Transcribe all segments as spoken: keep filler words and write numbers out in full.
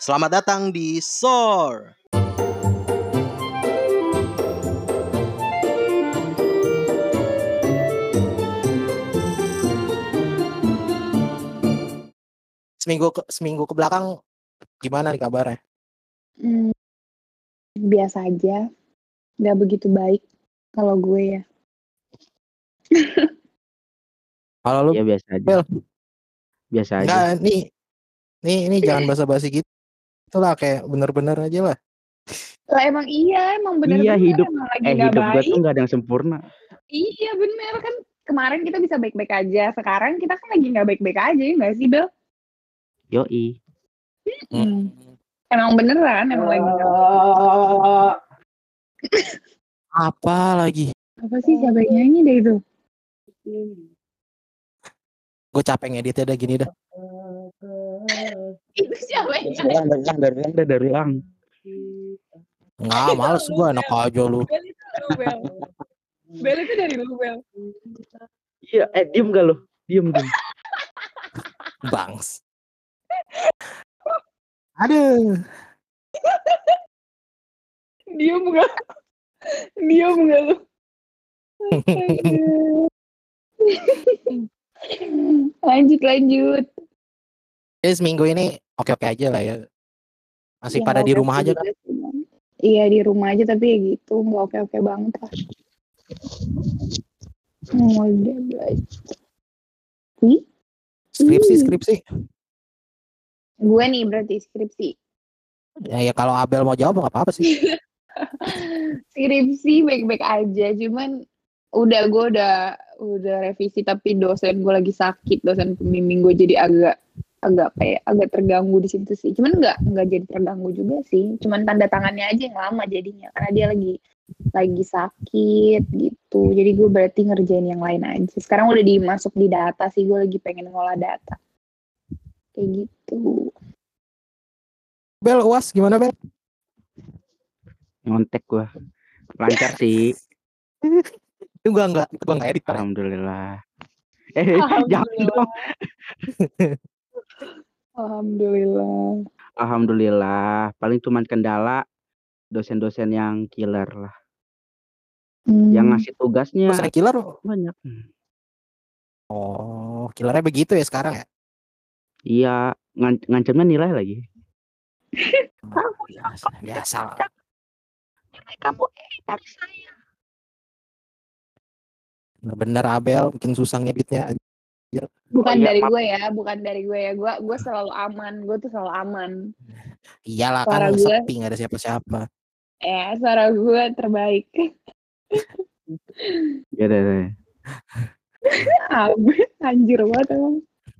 Selamat datang di S O R. Seminggu ke, seminggu ke belakang gimana nih kabarnya? Hmm, biasa aja, nggak begitu baik kalau gue ya. Kalau lu Ya biasa aja. Bel, Biasa aja. enggak nih, nih ini jangan basa-basi gitu. Itulah kayak bener-bener aja lah. Lah emang iya, emang bener-bener Iya hidup emang lagi eh nggak hidup gua baik. tuh nggak ada yang sempurna. Iya bener kan, kemarin kita bisa baik-baik aja, sekarang kita kan lagi nggak baik-baik aja ya nggak sih Bel? Yoi. Hmm. Emang beneran, emang lagi nggak baik. Apa lagi? Apa sih siapa yang nyanyi deh itu? Gue capek ngeditnya udah gini dah. Itu siapa yang nyanyi? Dari ulang, dari ulang, dari ulang, dari ulang. Nggak, males gue, enak aja lu. Bel itu lu Bel. Bel itu dari lu Bel. Iya, eh diem gak lo? Diem diem. Bangs. Aduh. Diam nggak? Diam nggak lu? lanjut lanjut. Jadi seminggu ini oke-oke aja lah ya. Masih Ya, pada di oke rumah aja kan? juga sih, Bang. Iya di rumah aja tapi ya gitu nggak oke-oke banget lah. Mau udah belajar. Wih? Skripsi, Ih. skripsi. Gue nih berarti skripsi. Ya, ya kalau Abel mau jawab nggak apa-apa sih. Skripsi baik-baik aja, cuman udah gue udah udah revisi tapi dosen gue lagi sakit, dosen pembimbing gue jadi agak agak apa ya, agak terganggu di situ sih. Cuman nggak nggak jadi terganggu juga sih, cuman tanda tangannya aja yang lama jadinya karena dia lagi lagi sakit gitu. Jadi gue berarti ngerjain yang lain aja. Sekarang udah dimasuk di data sih, gue lagi pengen ngolah data kayak gitu. Bel, U A S gimana Bel? Nyontek gua. Lancar sih. Itu gua enggak, itu gua enggak edit. Alhamdulillah. Eh jangan dong. Alhamdulillah. Alhamdulillah. Paling cuma kendala dosen-dosen yang killer lah. Hmm. Yang ngasih tugasnya Dosen killer banyak. Oh, killernya begitu ya sekarang ya? Iya, ngan- ngancamnya nilai lagi. Oh, biasa, biasa. Nilai kamu eh dari saya. Bener Abel bikin susah ngeditnya. Bukan Oh, iya, dari maaf. gue ya, bukan dari gue ya. Gue gue selalu aman, gue tuh selalu aman. Iyalah Suara kan gue, sepi nggak ada siapa-siapa. eh suara gue terbaik. Ya deh. deh. Abis, anjir banget emang.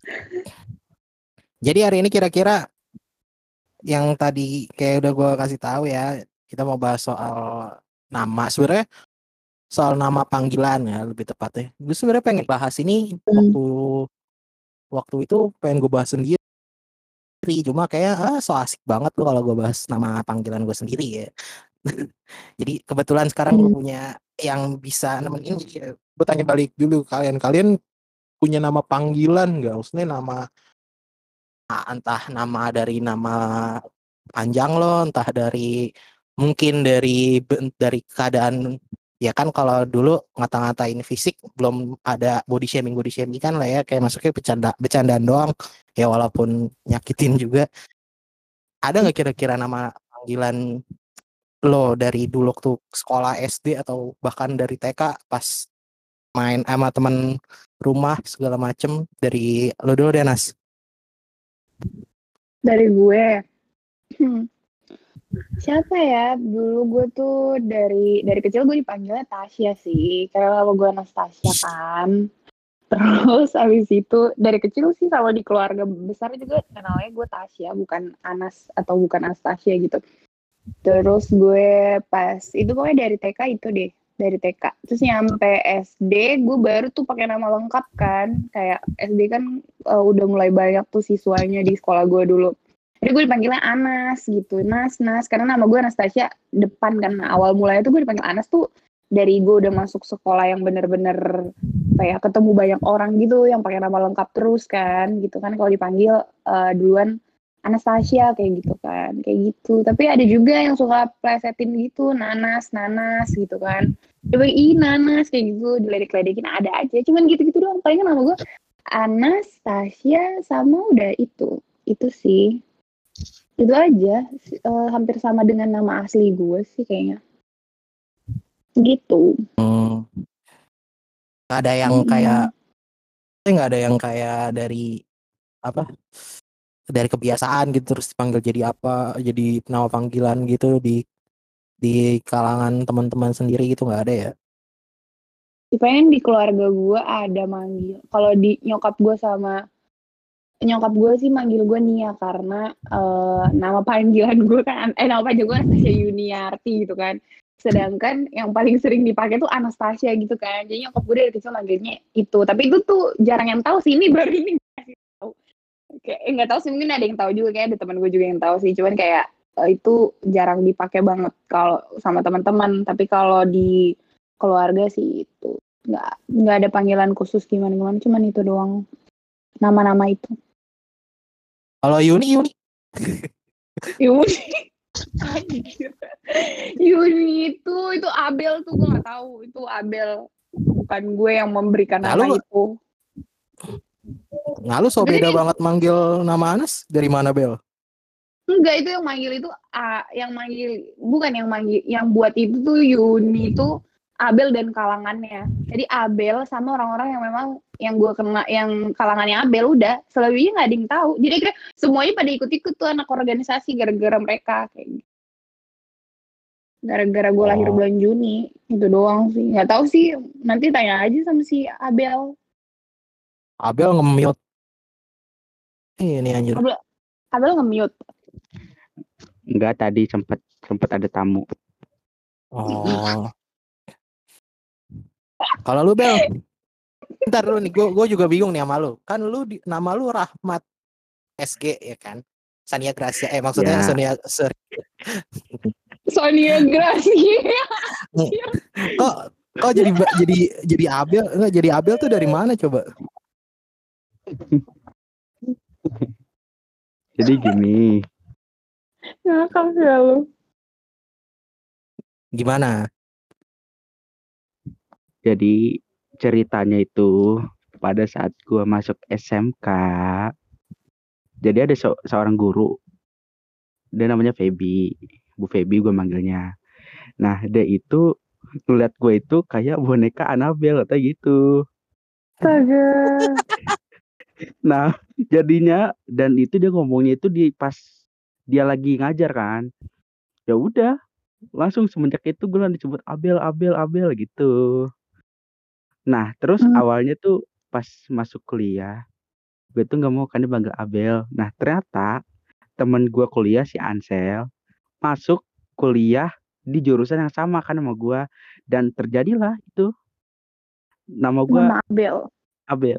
Jadi hari ini kira-kira yang tadi kayak udah gue kasih tahu ya, kita mau bahas soal nama. Sebenarnya soal nama panggilan ya lebih tepatnya. Gue sebenarnya pengen bahas ini Hmm. waktu waktu itu pengen gue bahas sendiri. Cuma kayak ah, so asik banget tuh kalau gue bahas nama panggilan gue sendiri ya. Jadi kebetulan sekarang gue Hmm. punya yang bisa nemenin. Jadi gue tanya balik dulu kalian, kalian punya nama panggilan nggak? Maksudnya nama ah, entah nama dari nama panjang lo, entah dari mungkin dari ben- dari keadaan ya kan kalau dulu ngata-ngatain fisik belum ada body shaming body shaming kan lah ya kayak masuknya bercanda bercandaan doang ya walaupun nyakitin juga. Ada nggak kira-kira nama panggilan lo dari dulu tuh sekolah S D atau bahkan dari T K pas main sama teman rumah segala macem? Dari lo dulu deh Nas. Dari gue. Hmm. Siapa ya? Dulu gue tuh dari dari kecil gue dipanggilnya Tasya sih. Karena nama gue Anastasia kan. Terus abis itu dari kecil sih sama di keluarga besar juga kenalnya gue Tasya, bukan Anas atau bukan Anastasia gitu. Terus gue pas itu pokoknya dari T K itu deh, dari T K. Terus nyampe S D gue baru tuh pakai nama lengkap kan. Kayak S D kan uh, udah mulai banyak tuh siswanya di sekolah gue dulu. Jadi gue dipanggilnya Anas gitu, Nas, Nas. Karena nama gue Anastasia depan kan. Nah, awal mulanya tuh gue dipanggil Anas tuh dari gue udah masuk sekolah yang bener-bener kayak ketemu banyak orang gitu yang pakai nama lengkap terus kan gitu kan. Kalau dipanggil uh, duluan Anastasia kayak gitu kan, kayak gitu. Tapi ada juga yang suka plesetin gitu, Nanas, Nanas gitu kan. Coba ih Nanas kayak gitu, diledek-ledekin ada aja. Cuman gitu-gitu doang. Palingan nama gue Anastasia sama udah itu. Itu sih. Itu aja. Uh, hampir sama dengan nama asli gue sih kayaknya. Gitu. Hmm. Gak ada yang Mm-mm. kayak, nggak ada yang kayak dari apa? Dari kebiasaan gitu terus dipanggil jadi apa? Jadi nama panggilan gitu di di kalangan teman-teman sendiri gitu nggak ada ya? Pengen di keluarga gue ada manggil. Kalau di nyokap gue sama nyokap gue sih manggil gue Nia karena uh, nama panggilan gue kan eh nama panggilan gue Anastasia Yuniarti gitu kan. Sedangkan yang paling sering dipakai tuh Anastasia gitu kan. Jadi nyokap gue dari kecil manggilnya itu. Tapi itu tuh jarang yang tahu sih, ini baru ini ngasih tahu. Kayak eh, nggak tahu sih, mungkin ada yang tahu juga, kayak ada teman gue juga yang tahu sih. Cuman kayak uh, itu jarang dipakai banget kalau sama teman-teman. Tapi kalau di keluarga sih itu nggak nggak ada panggilan khusus gimana gimana. Cuman itu doang, nama-nama itu. Kalau Yuni Yuni Yuni, Yuni itu itu Abel tuh gue nggak tahu itu Abel, bukan gue yang memberikan nah, nama lu, itu. Nah lu so beda banget manggil nama Anas dari mana Bel? Enggak, itu yang manggil itu uh, yang manggil bukan yang manggil yang buat itu tuh Yuni itu Abel dan kalangannya. Jadi Abel sama orang-orang yang memang yang gue kena yang kalangannya Abel, udah selebihnya nggak ada yang tahu. Jadi kira semuanya pada ikut-ikut tuh anak organisasi gara-gara mereka kayak gitu. Gara-gara gue oh. lahir bulan Juni itu doang sih. Nggak tahu sih, nanti tanya aja sama si Abel. Abel nge-mute. Ini anjir. Abel, Abel nge-mute. Enggak, tadi sempat sempat ada tamu. Oh. Kalau lu Bel, ntar lu nih, gue gue juga bingung nih sama lu. Kan lu di, nama lu Rahmat S G ya kan? Sania Gracia, eh maksudnya ya. Sonia sorry. Sonia Gracia. kok kok jadi jadi jadi Abel enggak jadi Abel tuh dari mana coba? Jadi gini. Ngakak ya lu. Gimana? Jadi ceritanya itu pada saat gua masuk S M K, jadi ada se- seorang guru, dia namanya Feby, Bu Feby gue manggilnya. Nah dia itu ngeliat gue itu kayak boneka Annabelle atau gitu. Astaga. Nah jadinya, dan itu dia ngomongnya itu di pas dia lagi ngajar kan. Ya udah, langsung semenjak itu gue disebut Abel Abel Abel gitu. Nah terus hmm. awalnya tuh pas masuk kuliah, gue tuh nggak mau kan dipanggil Abel. Nah ternyata temen gue kuliah si Ansel masuk kuliah di jurusan yang sama kan sama gue, dan terjadilah itu nama gue nama Abel. Abel.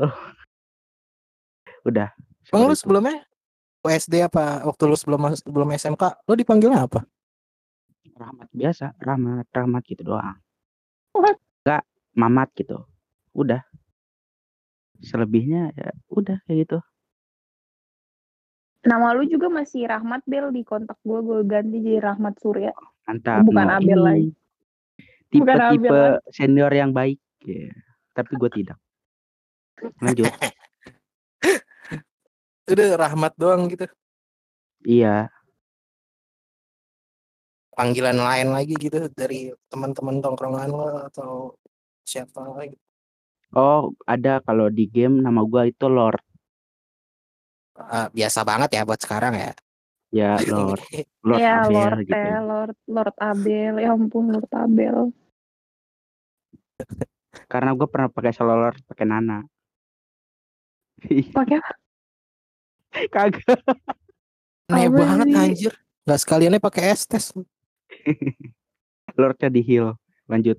Udah. Bang lu sebelumnya S D apa waktu lu sebelum sebelum S M K lu dipanggilnya apa? Rahmat biasa, Rahmat, Rahmat gitu doang. Enggak, Mamat gitu. Udah. Selebihnya ya udah kayak gitu. Nama lu juga masih Rahmat Bel, di kontak gue gue ganti jadi Rahmat Surya. Mantap. Bukan no, Abel ini. lagi. Tipe-tipe senior yang baik. Yeah. Tapi gue tidak. Lanjut. Udah Rahmat doang gitu. Iya. Panggilan lain lagi gitu dari teman-teman tongkrongan lo atau siapa lagi? Oh, ada kalau di game nama gua itu Lord. Uh, biasa banget ya buat sekarang ya. Ya Lord. Lord ya, Abel Lord, gitu. Eh, Lord Lord Abel, ya ampun Lord Abel. Karena gue pernah pakai solo Lord pakai Nana. Pakai apa? Kagak. Aneh banget anjir. Gak sekaliannya pakai Estes. Lordnya di heal. Lanjut.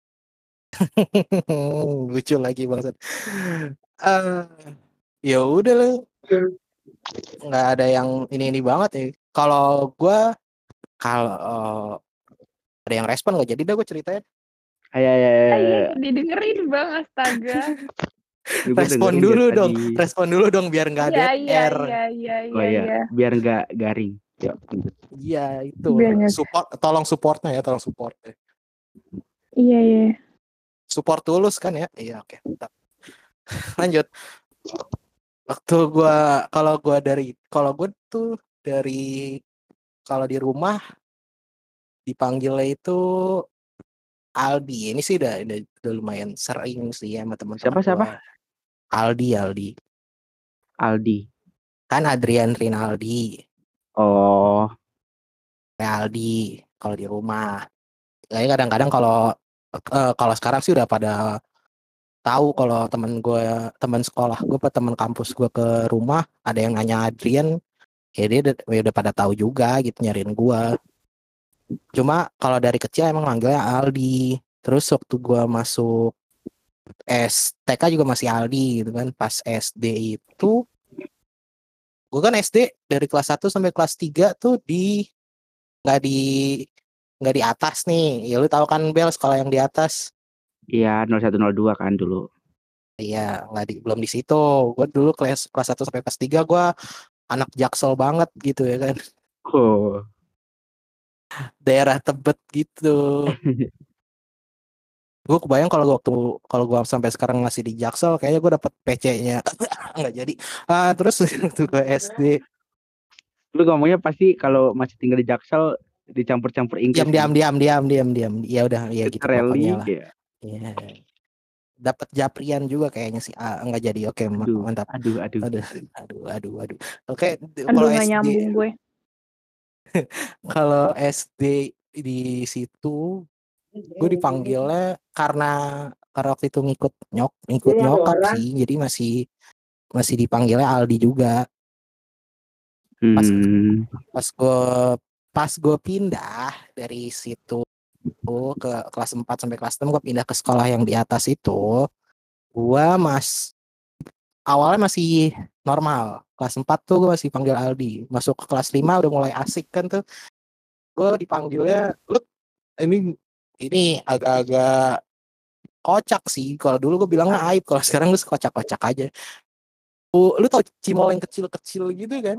Lucu lagi banget. Uh, ya udah lah. Nggak ada yang ini ini banget ya. Kalau gue kalau uh, ada yang respon nggak jadi dah gue ceritain. Ayo, ayo, ayo. Ayo, didengerin bang, astaga. Gue Respon dengerin dari dulu dong, tadi. respon dulu dong biar nggak Iya, dead iya, air. iya, iya, Oh iya, ya, iya. biar nggak garing. Ya, lanjut. Iya itu Biar nggak- support, tolong supportnya ya, tolong support. Iya, iya. Support tulus kan ya? Iya oke. Mantap. Lanjut. Waktu gua kalau gua dari kalau gua tuh dari kalau di rumah dipanggilnya itu Aldi. Ini sih udah, udah, udah lumayan sering sih ya sama teman-teman Siapa siapa? gua. Aldi, Aldi. Aldi. Kan Adrian Rinaldi, Oh, kayak Aldi kalau di rumah. Kayak kadang-kadang kalau eh, kalau sekarang sih udah pada tahu kalau teman gue, teman sekolah gue, apa teman kampus gue ke rumah, ada yang nanya Adrian, ya dia udah, ya udah pada tahu juga gitu nyariin gue. Cuma kalau dari kecil emang manggilnya Aldi. Terus waktu gue masuk S T K juga masih Aldi gitu kan. Pas S D itu, gue kan S D dari kelas satu sampai kelas tiga tuh di nggak di nggak di atas nih. Ya lu tahu kan Bel sekolah yang di atas. iya nol satu nol dua kan dulu. Iya, nggak di belum di situ. Gue dulu kelas kelas satu sampai kelas tiga gue anak Jaksel banget gitu ya kan. Oh, Daerah Tebet gitu. Gue kebayang kalau gua waktu kalau gue sampai sekarang masih di Jaksel, kayaknya gue dapet P C-nya. Nggak jadi. Ah, terus waktu ke S D, lu ngomongnya pasti kalau masih tinggal di Jaksel dicampur-campur Inggris diam kan? diam diam diam diam diam. Ya udah, ya gitu pokoknya Rally, lah. ya. Iya. Dapat Japrian juga kayaknya sih. Ah, nggak jadi. Oke, ma- Aduh, mantap. aduh, aduh. Aduh, aduh, aduh, aduh. Oke, d- Aduh, kalau nggak S D, nyambung gue. kalau S D di situ gue dipanggilnya karena karena waktu itu ngikut nyok ngikut nyokap sih, jadi masih masih dipanggilnya Aldi juga. Pas Hmm, pas gue pas gue pindah dari situ ke kelas empat sampai kelas enam, gue pindah ke sekolah yang di atas itu. Gue mas awalnya masih normal. Kelas empat tuh gue masih panggil Aldi. Masuk ke kelas lima udah mulai asik kan tuh. Gue dipanggilnya lu, ini ini agak-agak kocak sih. Kalau dulu gue bilangnya aib, kalau sekarang gue kocak-kocak aja. Lu, lu tau cimol yang kecil-kecil gitu kan?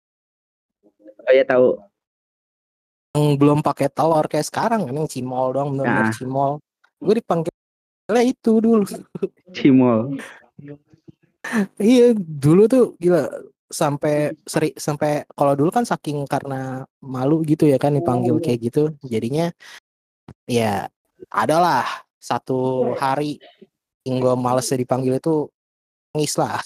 oh ya tahu. Yang belum pakai telur kayak sekarang kan, yang cimol doang, bener-bener Ah, cimol. Gue dipanggilnya itu dulu. Cimol. Iya, dulu tuh gila sampai seri sampai kalau dulu kan saking karena malu gitu ya kan dipanggil kayak gitu. Jadinya ya adalah satu hari yang gue males dipanggil itu, nangis lah.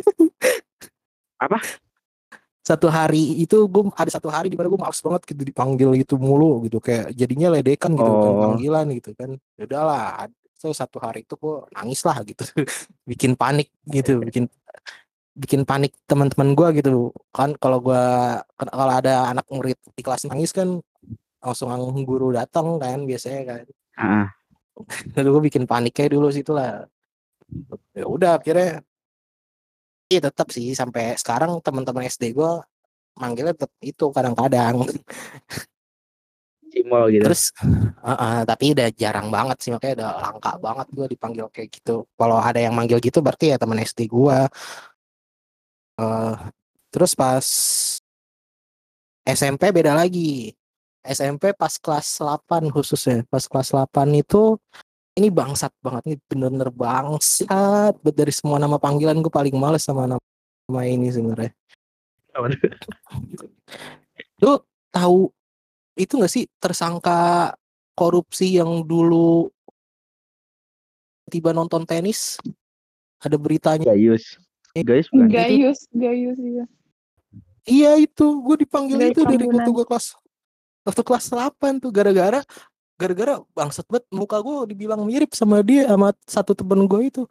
Apa? Satu hari itu gue ada satu hari di mana gue males banget gitu dipanggil gitu mulu gitu, kayak jadinya ledekan gitu bukan Oh, panggilan gitu kan. Ya udahlah, so satu hari itu gue nangis lah gitu. Bikin panik gitu, bikin bikin panik teman-teman gue gitu kan. Kalau gue kalau ada anak murid di kelas nangis kan langsung guru datang kan biasanya kan. ah, Lalu gue bikin paniknya dulu situ lah. Ya udah akhirnya iya tetap sih sampai sekarang teman-teman S D gue manggilnya tetap itu kadang-kadang. Cimol gitu. Terus uh, uh, tapi udah jarang banget sih, makanya udah langka banget gue dipanggil kayak gitu. Kalau ada yang manggil gitu berarti ya teman S D gue. Uh, terus pas S M P beda lagi. S M P pas kelas delapan khususnya. Pas kelas delapan itu ini bangsat banget nih, bener-bener bangsat. Bet dari semua nama panggilan gue paling males sama nama ini sebenarnya. Apa tuh? Lu tahu itu nggak sih tersangka korupsi yang dulu tiba nonton tenis? Ada beritanya. Gayus. Gayus bukan? Itu Gayus, Gayus iya. iya itu gue dipanggil Gayus itu dari waktu Tambunan. gue kelas waktu kelas delapan tuh, gara-gara gara-gara bangsat banget muka gue dibilang mirip sama dia sama satu temen gue itu.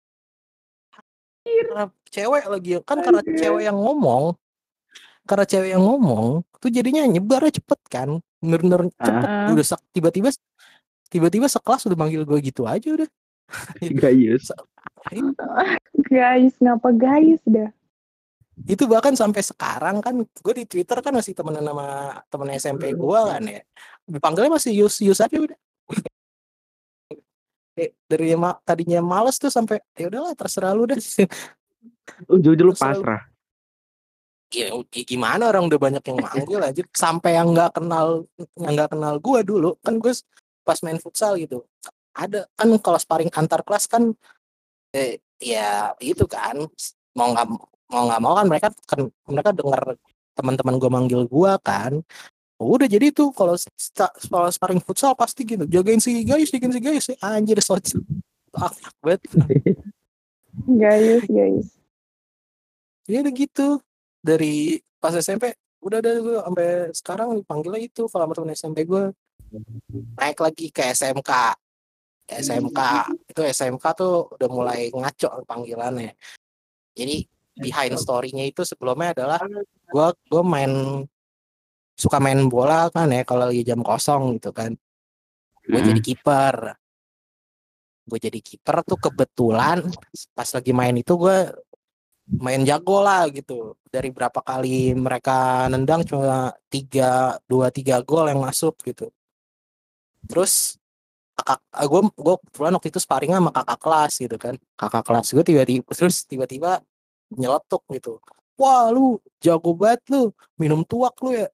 Karena cewek lagi kan, karena cewek yang ngomong karena cewek yang ngomong tuh jadinya nyebarnya cepet kan, bener-bener cepet. Ah, Udah sak- tiba-tiba tiba-tiba sekelas udah manggil gue gitu aja udah. Gayus. Gayus, ngapa Gayus dah? Itu bahkan sampai sekarang kan gue di Twitter kan masih temenan sama temen S M P gue kan ya, dipanggilnya masih Yus Yus aja udah. Eh, dari ma- tadinya males tuh sampai ya udahlah terserah lu deh. Ujung-ujung lu Terserah lu. pasrah. Ya, ya gimana orang udah banyak yang manggil aja sampai yang nggak kenal yang nggak kenal gue dulu kan gue pas main futsal gitu ada kan kalau sparring antar kelas kan eh, ya itu kan mau nggak mau nggak mau kan mereka kan mereka dengar teman-teman gue manggil gue kan. Udah jadi tuh kalau sta- kalau sparring futsal pasti gitu jagain si guys jagain si guys anjir soc akhlak banget. Guys, guys. Ya udah gitu dari pas S M P udah ada gue sampai sekarang dipanggilnya itu kalau sama temen S M P gue naik lagi ke S M K. S M K itu S M K tuh udah mulai ngaco panggilannya. Jadi behind story-nya itu sebelumnya adalah gue gue main suka main bola kan ya kalau lagi jam kosong gitu kan. Gue jadi Heeh. kiper. Gue jadi kiper tuh kebetulan pas lagi main itu gue main jago lah gitu. Dari berapa kali mereka nendang cuma tiga dua tiga gol yang masuk gitu. Terus kakak gue gue kebetulan waktu itu sparring sama kakak kelas gitu kan. Kakak kelas gue tiba-tiba terus tiba-tiba nyeletuk gitu. Wah lu jago banget lu minum tuak lu ya.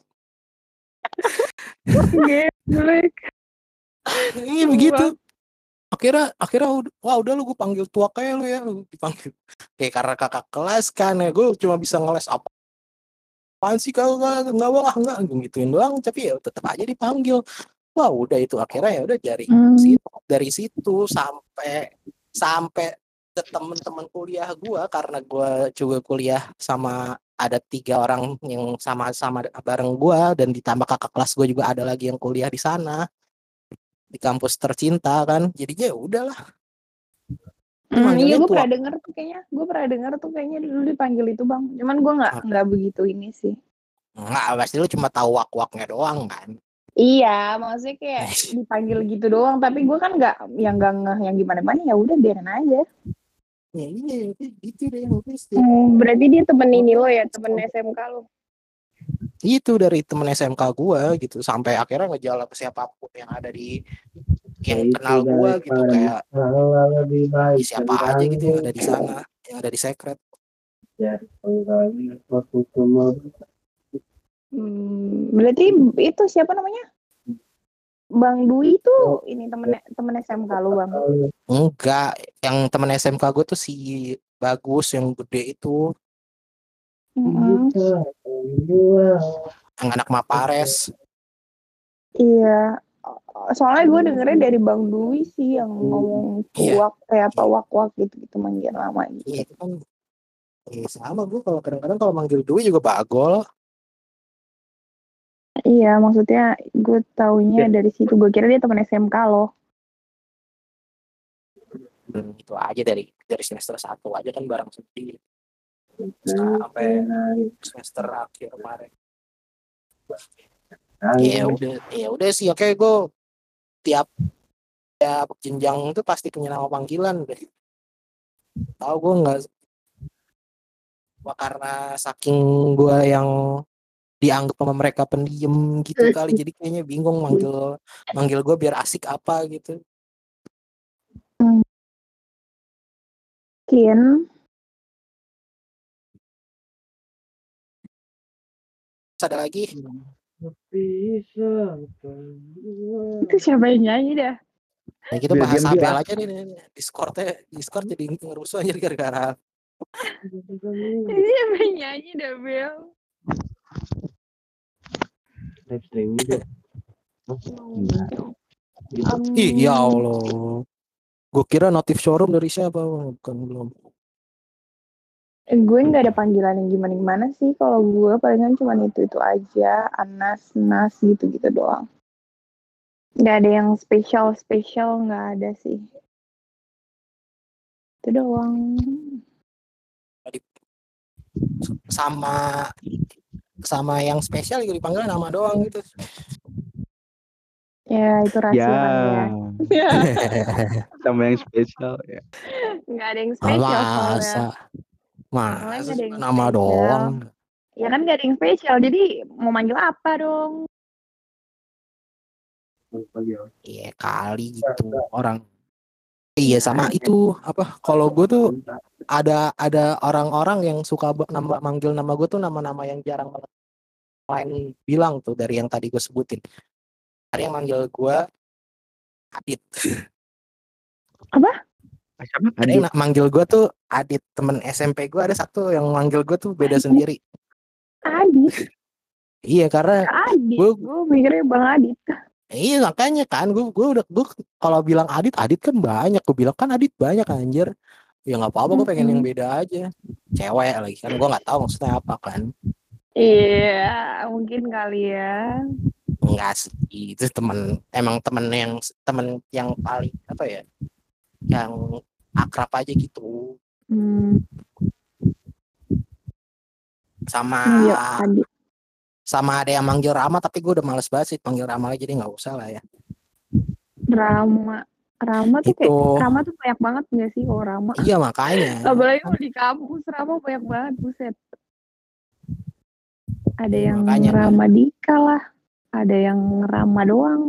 Geblek. Iya begitu. Akhirnya akhirnya ud- wah udah lu gue panggil tuak kayak lu ya lu dipanggil. Kayak karena kakak kelas kan ya gue cuma bisa ngeles apa apaan sih kau nggak nggak wah nggak gituin doang tapi ya tetap aja dipanggil. Wah udah itu akhirnya ya udah dari Hmm. situ dari situ sampai sampai ke temen-temen kuliah gue karena gue juga kuliah sama ada tiga orang yang sama-sama bareng gue dan ditambah kakak kelas gue juga ada lagi yang kuliah di sana di kampus tercinta kan jadinya ya udahlah itu Hmm, iya manggilnya gue tuak. pernah denger tuh kayaknya, gue pernah denger tuh kayaknya dulu dipanggil itu bang. Cuman gue nggak nggak begitu ini sih. Enggak pasti lu cuma tahu wak-waknya doang kan. Iya, maksudnya kayak dipanggil gitu doang. Tapi gue kan nggak yang nggak ngeh yang gimana mana. Ya udah biarin aja. Ya iya gitu deh yang pasti. Hmm, berarti dia temen ini lo ya, temen S M K lo. Itu dari temen S M K gua gitu sampai akhirnya ngejalan ke siapapun yang ada di yang kenal gua gitu kayak ya siapa aja gitu yang ada di sana yang ada di secret. Hmm, berarti itu siapa namanya? Bang Dwi itu ini temen temen S M K lo bang. Enggak, yang temen S M K gua tuh si Bagus yang gede itu Mm-mm. yang anak Mapares. Iya. Soalnya gue dengernya dari Bang Dwi sih yang ngomong Iya. tuak kayak apa wak-wak gitu-gitu manggil lama gitu. Iya itu kan eh, sama gue kalau kadang-kadang kalau manggil Dwi juga bagol. Iya, maksudnya gue taunya dari situ. Gue kira dia temen S M K loh. Dan itu aja dari dari semester satu aja kan bareng sendiri sampai semester akhir kemarin. Ya udah, ya udah sih oke gue tiap tiap jenjang itu pasti punya nama panggilan deh. Tahu gue nggak wah, karena saking gue yang dianggap sama mereka pendiam gitu kali jadi kayaknya bingung manggil manggil gue biar asik apa gitu. Mungkin Terus ada lagi itu siapa yang nyanyi dah? ya kita Biar bahas diam Abel dia. aja nih Discordnya Discord jadi ngerusuh aja gara-gara Ini siapa yang nyanyi dah Bel? Live streaming dia. Um, ih ya Allah gue kira notif showroom dari siapa bukan belum. gue nggak ada panggilan yang gimana-gimana sih. Kalau gue palingan cuma itu-itu aja. Anas, Nas gitu-gitu doang. Nggak ada yang spesial-spesial, nggak ada sih. Itu doang. sama sama yang spesial juga dipanggil nama doang gitu. Ya, itu rahasia Ya. kan ya. Ya. Sama yang spesial ya. Nggak ada yang spesial soalnya. masa Soalnya masa nggak ada yang nama spesial. doang. Ya kan nggak ada yang spesial. Jadi mau manggil apa dong? Iya kali gitu orang Iya sama itu apa? Kalau gue tuh ada ada orang-orang yang suka ba- nama manggil nama gue tuh nama-nama yang jarang banget lain bilang tuh dari yang tadi gue sebutin. Ada yang manggil gue Adit. Apa? Siapa? Ada yang Adit. na- manggil gue tuh Adit. Temen S M P gue ada satu yang manggil gue tuh beda sendiri. Adit. Iya karena Adit. gue Gue mikirnya Bang Adit. iya makanya kan gue gue udah gue kalau bilang Adit Adit kan banyak, gue bilang kan Adit banyak anjir. Ya nggak apa-apa, gue pengen yang Mm-mm. beda aja. Cewek lagi kan, gue nggak tahu maksudnya apa kan. Iya, mungkin kali ya. Enggak sih, itu temen emang temen yang temen yang paling apa ya, yang akrab aja gitu. Hmm, Sama iya, Adit. sama ada yang manggil Rama, tapi gue udah males banget sih panggil Rama lagi, jadi nggak usah lah ya. Rama. Rama tuh kayak, Itu Rama tuh banyak banget nggak sih? Oh, Rama. iya makanya Apalagi kalau di kampus, Rama banyak banget, buset. Ada Iya, yang makanya kan. Rama Dika lah. Ada yang Rama doang.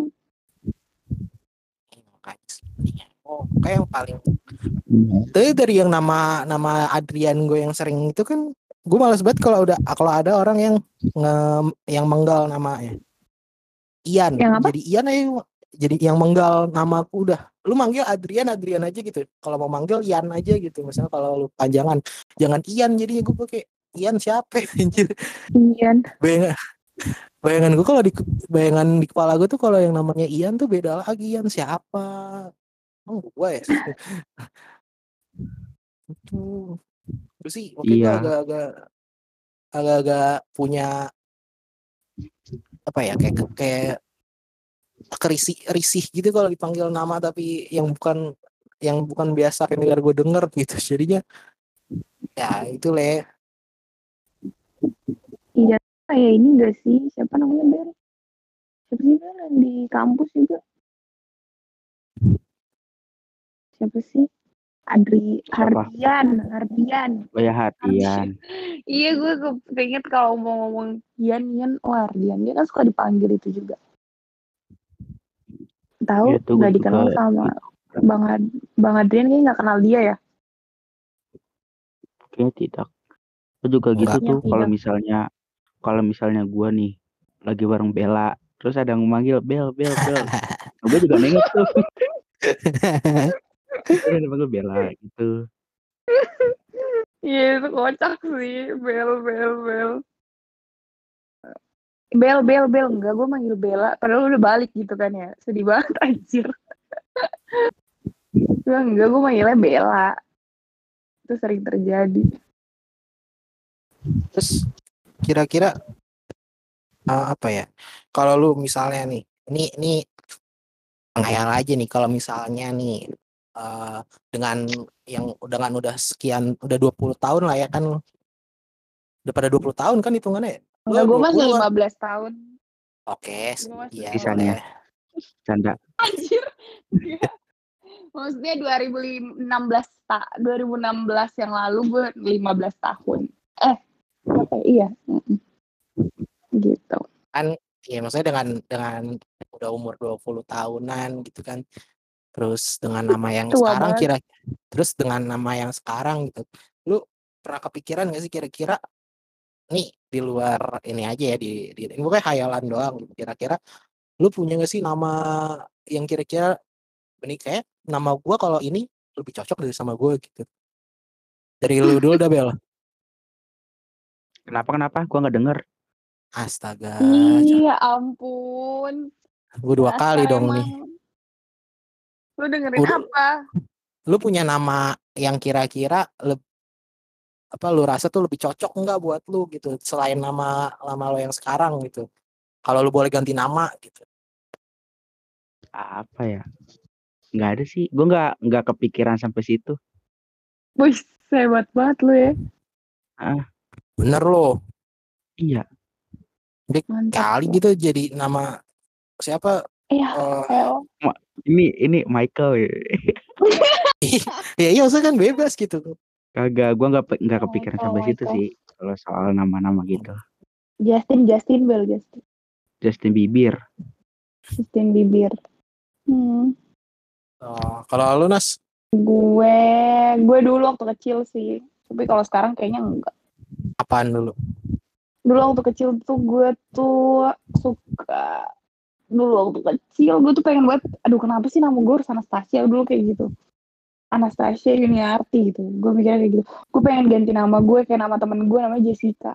Iya, makanya sebenarnya. Oh kayak yang paling tapi dari yang nama nama Adrian gue yang sering itu kan, gue males banget kalau udah kalau ada orang yang nge, yang menggal namanya Ian. Yang apa? Jadi Ian aja, jadi yang menggal namaku udah. Lu manggil Adrian Adrian aja gitu. Kalau mau manggil Ian aja gitu. Misalnya kalau lu panjangan jangan Ian, jadinya gue pakai Ian siapa anjir. Ian. Bayangan, bayangan gue kalau di bayangan di kepala gue tuh kalau yang namanya Ian tuh beda lagi. Ian siapa? Oh gue ya. Itu terus sih oke, gue Iya. agak-agak agak-agak punya apa ya, kayak kayak kerisih risih gitu kalau dipanggil nama tapi yang bukan yang bukan biasa pendengar gue denger gitu, jadinya ya itu le. Ian kayak ini gak sih? Siapa namanya, Bel? Siapa sih, Bel, yang di kampus juga? Siapa sih? Adri, Siapa? Hardian, Hardian. Oh ya, Hardian. Iya, gue keinget kalau mau ngomong Ian, Ian, oh Hardian. Dia kan suka dipanggil itu juga. Tahu Iya tuh, nggak gue dikenal juga sama Bang Ad- Bang Adrian, kayaknya nggak kenal dia ya. kayaknya tidak. Gue juga gitu Enggak. Iya, tuh kalau tidak. misalnya kalau misalnya gue nih lagi bareng Bella, terus ada yang memanggil Bel Bel Bel, gue juga nengok tuh. Terus ada yang panggil Bella gitu. Iya, itu kocak sih. Bel, Bel, Bel. Bel, Bel, Bel. Enggak, gue manggil Bella. Padahal udah balik gitu kan ya. Sedih banget, anjir. Gue enggak, gue manggilnya Bella. Itu sering terjadi. Terus kira-kira uh, apa ya, kalau lu misalnya nih, ini ini ngayal aja nih, kalau misalnya nih uh, dengan yang dengan udah sekian, udah dua puluh tahun lah ya kan, udah pada dua puluh tahun kan hitungannya ya? Enggak, Lo gue dua masih puluh lima belas tahun. Oke, Gue masih iya Sisanya boleh. canda. Anjir. Maksudnya dua ribu enam belas tak dua ribu enam belas yang lalu gue lima belas tahun. Eh, apa ya? Iya. Mm-mm. Gitu. Kan ya maksudnya dengan dengan udah umur dua puluh tahunan gitu kan, terus dengan nama yang Tua sekarang banget. kira terus dengan nama yang sekarang gitu, lu pernah kepikiran gak sih kira-kira nih di luar ini aja ya, di, di ini bukan hayalan doang gitu, kira-kira lu punya gak sih nama yang kira-kira ini kayak nama gua kalau ini lebih cocok dari sama gue gitu, dari lu dulu dah Bel. Kenapa kenapa? Gue nggak denger. Astaga, Iya ampun. gue dua kali Dasar dong nih. emang. Lu dengerin Udah, apa? lu punya nama yang kira-kira le- apa lu rasa tuh lebih cocok enggak buat lu gitu, selain nama nama lo yang sekarang gitu, kalau lu boleh ganti nama gitu. Apa ya? Nggak ada sih. Gue nggak nggak kepikiran sampai situ. Wih, hebat banget lu ya. Ah, Bener lo, iya. dia Mantap. kali gitu jadi nama siapa. Iya, uh, El. Ma- Ini ini Michael ya. ya iya maksudnya kan bebas gitu. Kagak, gue nggak pe- nggak kepikiran Michael, sampai situ Michael. sih. Kalau soal nama-nama gitu. Justin, Justin Bell, Justin. Justin Bieber. Justin Bieber. Hmm. Oh, kalau lu Nas Gue, gue dulu waktu kecil sih. Tapi kalau sekarang kayaknya enggak. Apaan dulu? Dulu waktu kecil tuh gue tuh suka. Dulu waktu kecil gue tuh pengen banget. Aduh kenapa sih nama gue harus Anastasia dulu kayak gitu. Anastasia Yuniarti gitu. Gue mikirnya kayak gitu. Gue pengen ganti nama gue kayak nama temen gue namanya Jessica.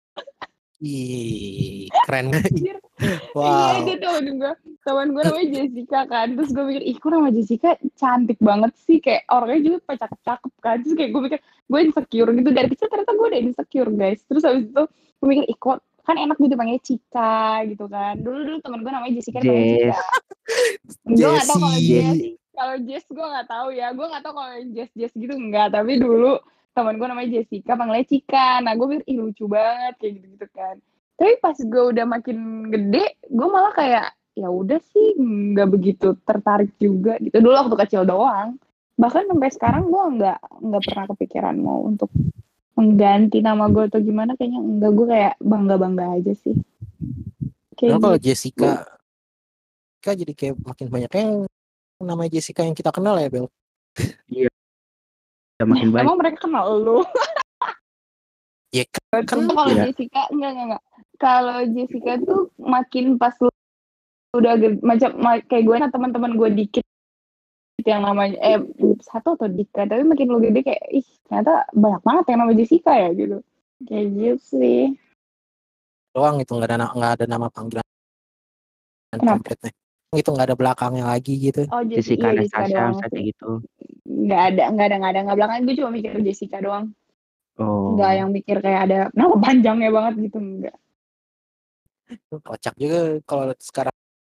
Ih, keren. Anjir. Wow. Iya itu temen gue. Temen gue namanya Jessica kan. Terus gue mikir, ih kok nama Jessica cantik banget sih. Kayak orangnya juga cakep-cakep kan. Terus kayak gue mikir, gue insecure gitu. Dari kecil ternyata gue udah insecure guys. Terus habis itu gue mikir, ih kok kan enak gitu panggilnya Cika gitu kan. Dulu-dulu temen gue namanya Jessica dipanggil Cika. Gue gak tau kalau Jess. Kalau Jess gue gak tahu ya. Gue gak tau kalau Jess-Jess gitu enggak. Tapi dulu temen gue namanya Jessica panggilnya Cika. Nah gue mikir, ih lucu banget kayak gitu-gitu kan. Tapi pas gue udah makin gede, gue malah kayak ya udah sih nggak begitu tertarik juga gitu. Dulu waktu kecil doang. Bahkan sampai sekarang gue nggak nggak pernah kepikiran mau untuk mengganti nama gue atau gimana. Kayaknya enggak, gue kayak bangga bangga aja sih. Kayak kalau gitu. Jessica, Jessica jadi kayak makin banyak yang namanya Jessica yang kita kenal ya Bel. Iya. Ya, makin banyak. Emang mereka kenal lu? Ya kan, kan kalau ya. Jessica enggak enggak enggak. Kalau Jessica tuh makin pas lu udah gede, macam kayak gue nah teman-teman gue dikit yang namanya eh satu atau Dika, tapi makin lu gede kayak ih ternyata banyak banget yang namanya Jessica ya gitu. Kayak gitu sih. doang itu nggak ada nggak ada nama panggilan komplit itu nggak ada belakangnya lagi gitu. Oh Jessica iya, Jessica Anastasia doang misalnya sih. gitu. Nggak ada nggak ada nggak ada nggak belakang, gue cuma mikir Jessica doang. Oh. Nggak yang mikir kayak ada nama panjangnya banget gitu, enggak. Kocak juga kalau sekarang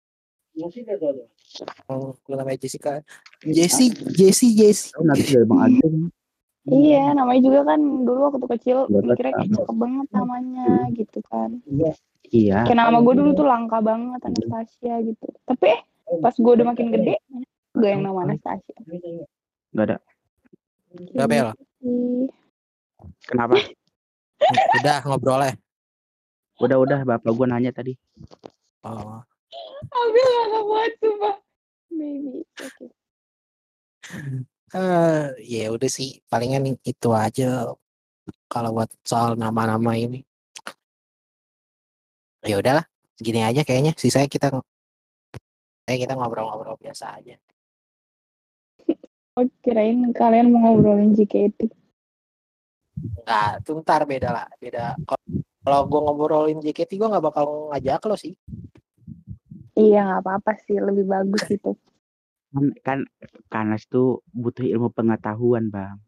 oh, namanya Jessica Jessie Jessie Jessie Oh, nanti dari Bang Adem. Iya, namanya juga kan dulu waktu kecil Iya, mikirnya kayak betul. cakep banget namanya gitu kan. Iya. Kayak nama gue dulu tuh langka banget Anastasia gitu. Tapi eh pas gue udah makin gede, gue yang nama Anastasia. Gak ada. Gak Bel. Kenapa? Udah ngobrolnya. Udah udah bapak gue nanya tadi. Oh. Ambil gak buat sumpah. Maybe. Okay. Uh, ya udah sih palingan itu aja kalau buat soal nama-nama ini. Ya udahlah segini aja kayaknya. Sisanya kita kayak kita ngobrol-ngobrol biasa aja. Oh, kirain kalian mau ngobrolin J K T. Enggak, tuh ntar beda lah, beda. Kalau gue ngobrolin J K T gue nggak bakal ngajak lo sih. Iya nggak apa-apa sih, lebih bagus itu. Kan, kan Kanas tuh butuh ilmu pengetahuan bang.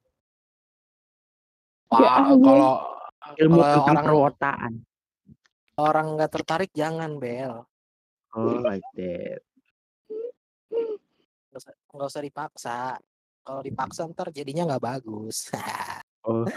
Wah, kalau ilmu kalau tentang orang perotaan. Orang nggak tertarik jangan Bel. Oh like that. Nggak usah dipaksa. Kalau dipaksa ntar jadinya nggak bagus. Oh.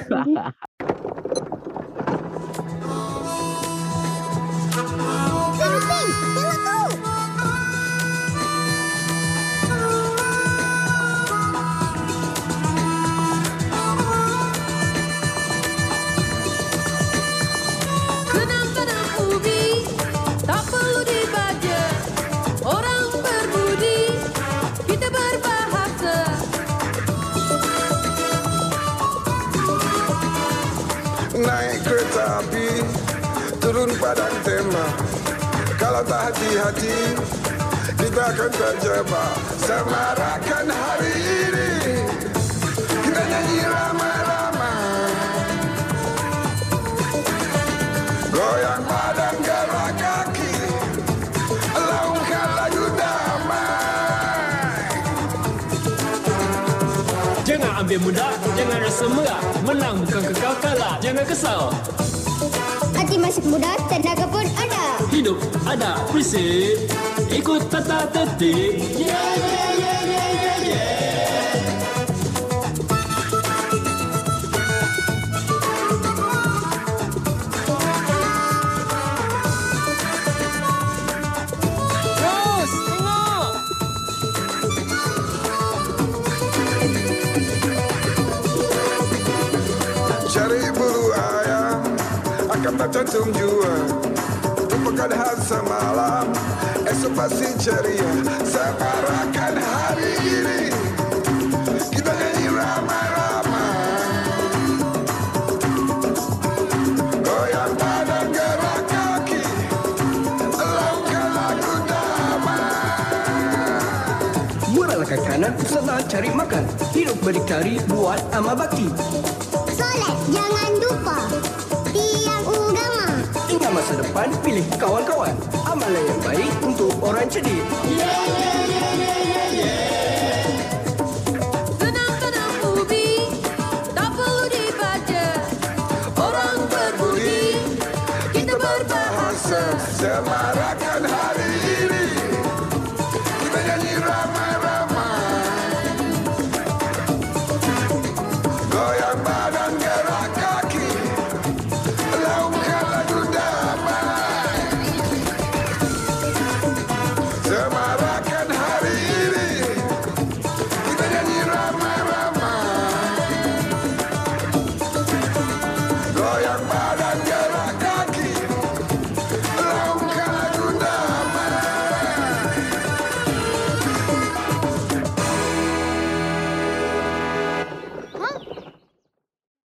Naik kereta api, turun padang tembak. Kalau tak hati-hati, kita akan terjebak. Semarakkan hari ini, kita nyanyi ramai-ramai. Goyang badan gerak kaki, laungkan lagu damai. Jangan ambil mudah, jangan rasa merah. Menang bukan kekal kalah, jangan kesal. Hati masih muda, tenaga pun ada. Hidup ada prinsip, ikut tata tertib. Yeah, yeah, yeah, yeah, yeah, yeah. Terus, tengok. Cari bulu ayam akan tercantum jua. Lupakan hal semalam, esok pasti ceria. Semarakkan hari ini, kita pakai kanan, senang cari makan. Hidup berdikari, buat amal bakti. Solat jangan lupa. Tiang agama. Ingat masa depan, pilih kawan-kawan. Amalan yang baik untuk orang cerdik. Tenang-tenang ubi, tak perlu dibaca. Orang berbudi, kita berbahasa. Semarakkan hari ini.